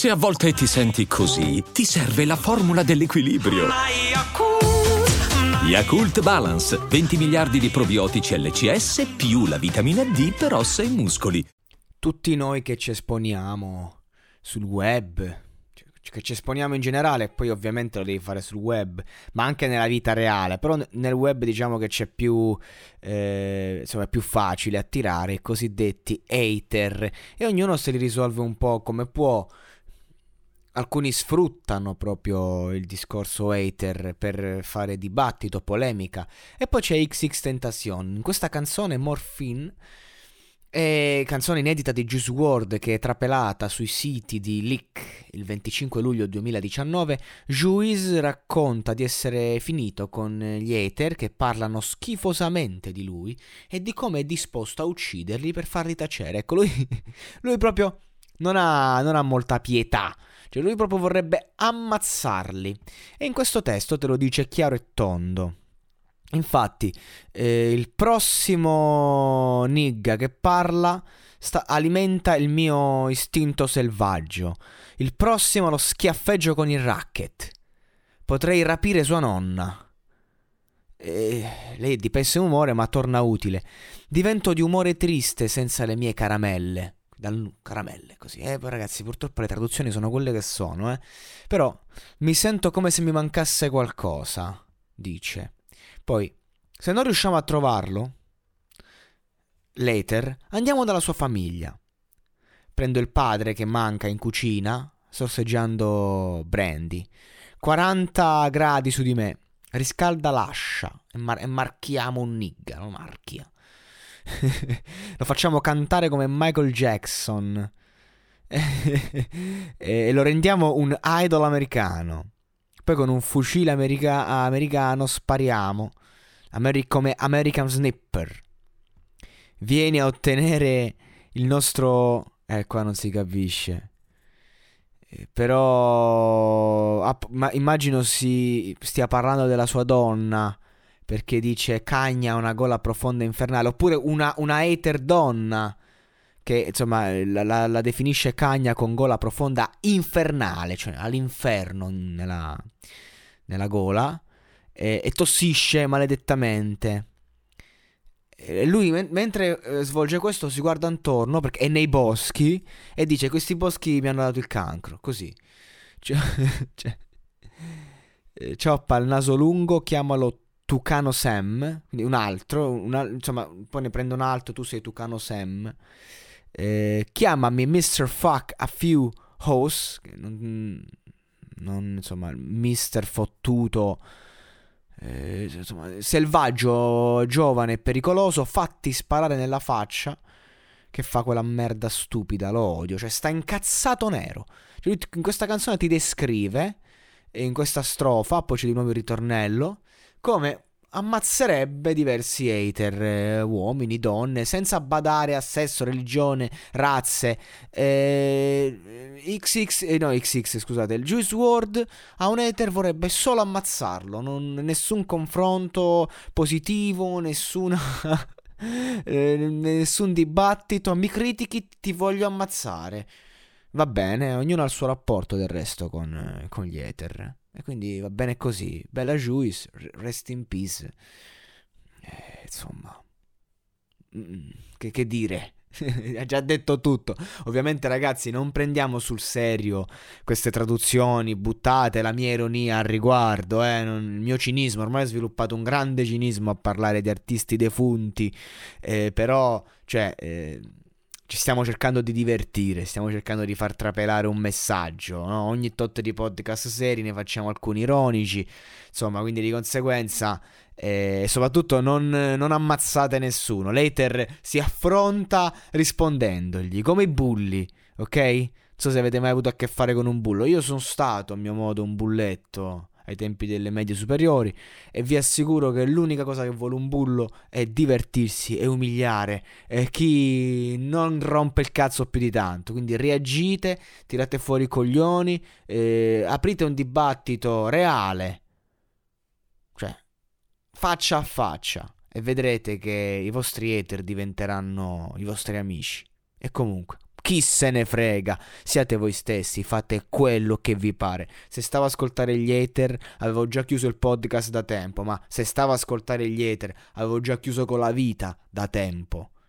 Se a volte ti senti così, ti serve la formula dell'equilibrio. Yakult Balance, 20 miliardi di probiotici LCS più la vitamina D per ossa e muscoli. Tutti noi che ci esponiamo sul web, che ci esponiamo in generale, poi ovviamente lo devi fare sul web, ma anche nella vita reale, però nel web diciamo che c'è più, insomma è più facile attirare i cosiddetti hater e ognuno se li risolve un po' come può. Alcuni sfruttano proprio il discorso hater per fare dibattito, polemica. E poi c'è XXXTentacion. In questa canzone Morphine, canzone inedita di Juice WRLD che è trapelata sui siti di Leak il 25 luglio 2019, Juice racconta di essere finito con gli hater che parlano schifosamente di lui e di come è disposto a ucciderli per farli tacere. Ecco, lui proprio non ha molta pietà. Cioè lui proprio vorrebbe ammazzarli. E in questo testo te lo dice chiaro e tondo. Infatti il prossimo nigga che parla alimenta il mio istinto selvaggio. Il prossimo lo schiaffeggio con il racket. Potrei rapire sua nonna. Lei è di pessimo umore ma torna utile. Divento di umore triste senza le mie caramelle. Caramelle così, poi ragazzi purtroppo le traduzioni sono quelle che sono, però mi sento come se mi mancasse qualcosa, dice. Poi se non riusciamo a trovarlo later andiamo dalla sua famiglia, prendo il padre che manca in cucina sorseggiando brandy, 40 gradi su di me, riscalda l'ascia e marchiamo un nigga, lo marchia. Lo facciamo cantare come Michael Jackson e lo rendiamo un idol americano. Poi con un fucile americano spariamo come American Sniper. Vieni a ottenere il nostro... qua non si capisce. Però ma immagino stia parlando della sua donna, perché dice Cagna ha una gola profonda e infernale. Oppure una hater donna che insomma la definisce Cagna con gola profonda infernale, cioè all'inferno nella gola, e tossisce maledettamente. E lui mentre svolge questo si guarda intorno perché è nei boschi e dice questi boschi mi hanno dato il cancro, così. Cioppa il naso lungo, chiamalo Tucano Sam, quindi un altro, insomma, poi ne prendo un altro, tu sei Tucano Sam. Chiamami Mr. Fuck a few hoes, non insomma, Mr. Fottuto, insomma, selvaggio, giovane e pericoloso, fatti sparare nella faccia, che fa quella merda stupida, lo odio, cioè sta incazzato nero. Cioè, in questa canzone ti descrive, e in questa strofa, poi c'è di nuovo il ritornello, come ammazzerebbe diversi hater, uomini, donne, senza badare a sesso, religione, razze. XX, scusate, il Juice WRLD a un hater vorrebbe solo ammazzarlo, nessun confronto positivo, nessun dibattito. Mi critichi, ti voglio ammazzare. Va bene, ognuno ha il suo rapporto del resto con gli hater. E quindi va bene così. Bella Juice, rest in peace. Insomma, che dire? Ha già detto tutto. Ovviamente ragazzi non prendiamo sul serio queste traduzioni buttate, la mia ironia al riguardo, il mio cinismo. Ormai ho sviluppato un grande cinismo a parlare di artisti defunti, però cioè ci stiamo cercando di divertire, stiamo cercando di far trapelare un messaggio, no? Ogni tot di podcast seri ne facciamo alcuni ironici, insomma, quindi di conseguenza soprattutto non ammazzate nessuno. L'hater si affronta rispondendogli come i bulli, ok? Non so se avete mai avuto a che fare con un bullo. Io sono stato a mio modo un bulletto ai tempi delle medie superiori e vi assicuro che l'unica cosa che vuole un bullo è divertirsi e umiliare chi non rompe il cazzo più di tanto. Quindi reagite, tirate fuori i coglioni, aprite un dibattito reale, cioè faccia a faccia, e vedrete che i vostri hater diventeranno i vostri amici. E comunque Chi se ne frega, siate voi stessi, fate quello che vi pare. Se stavo a ascoltare gli hater, avevo già chiuso il podcast da tempo, ma se stavo a ascoltare gli hater, avevo già chiuso con la vita da tempo.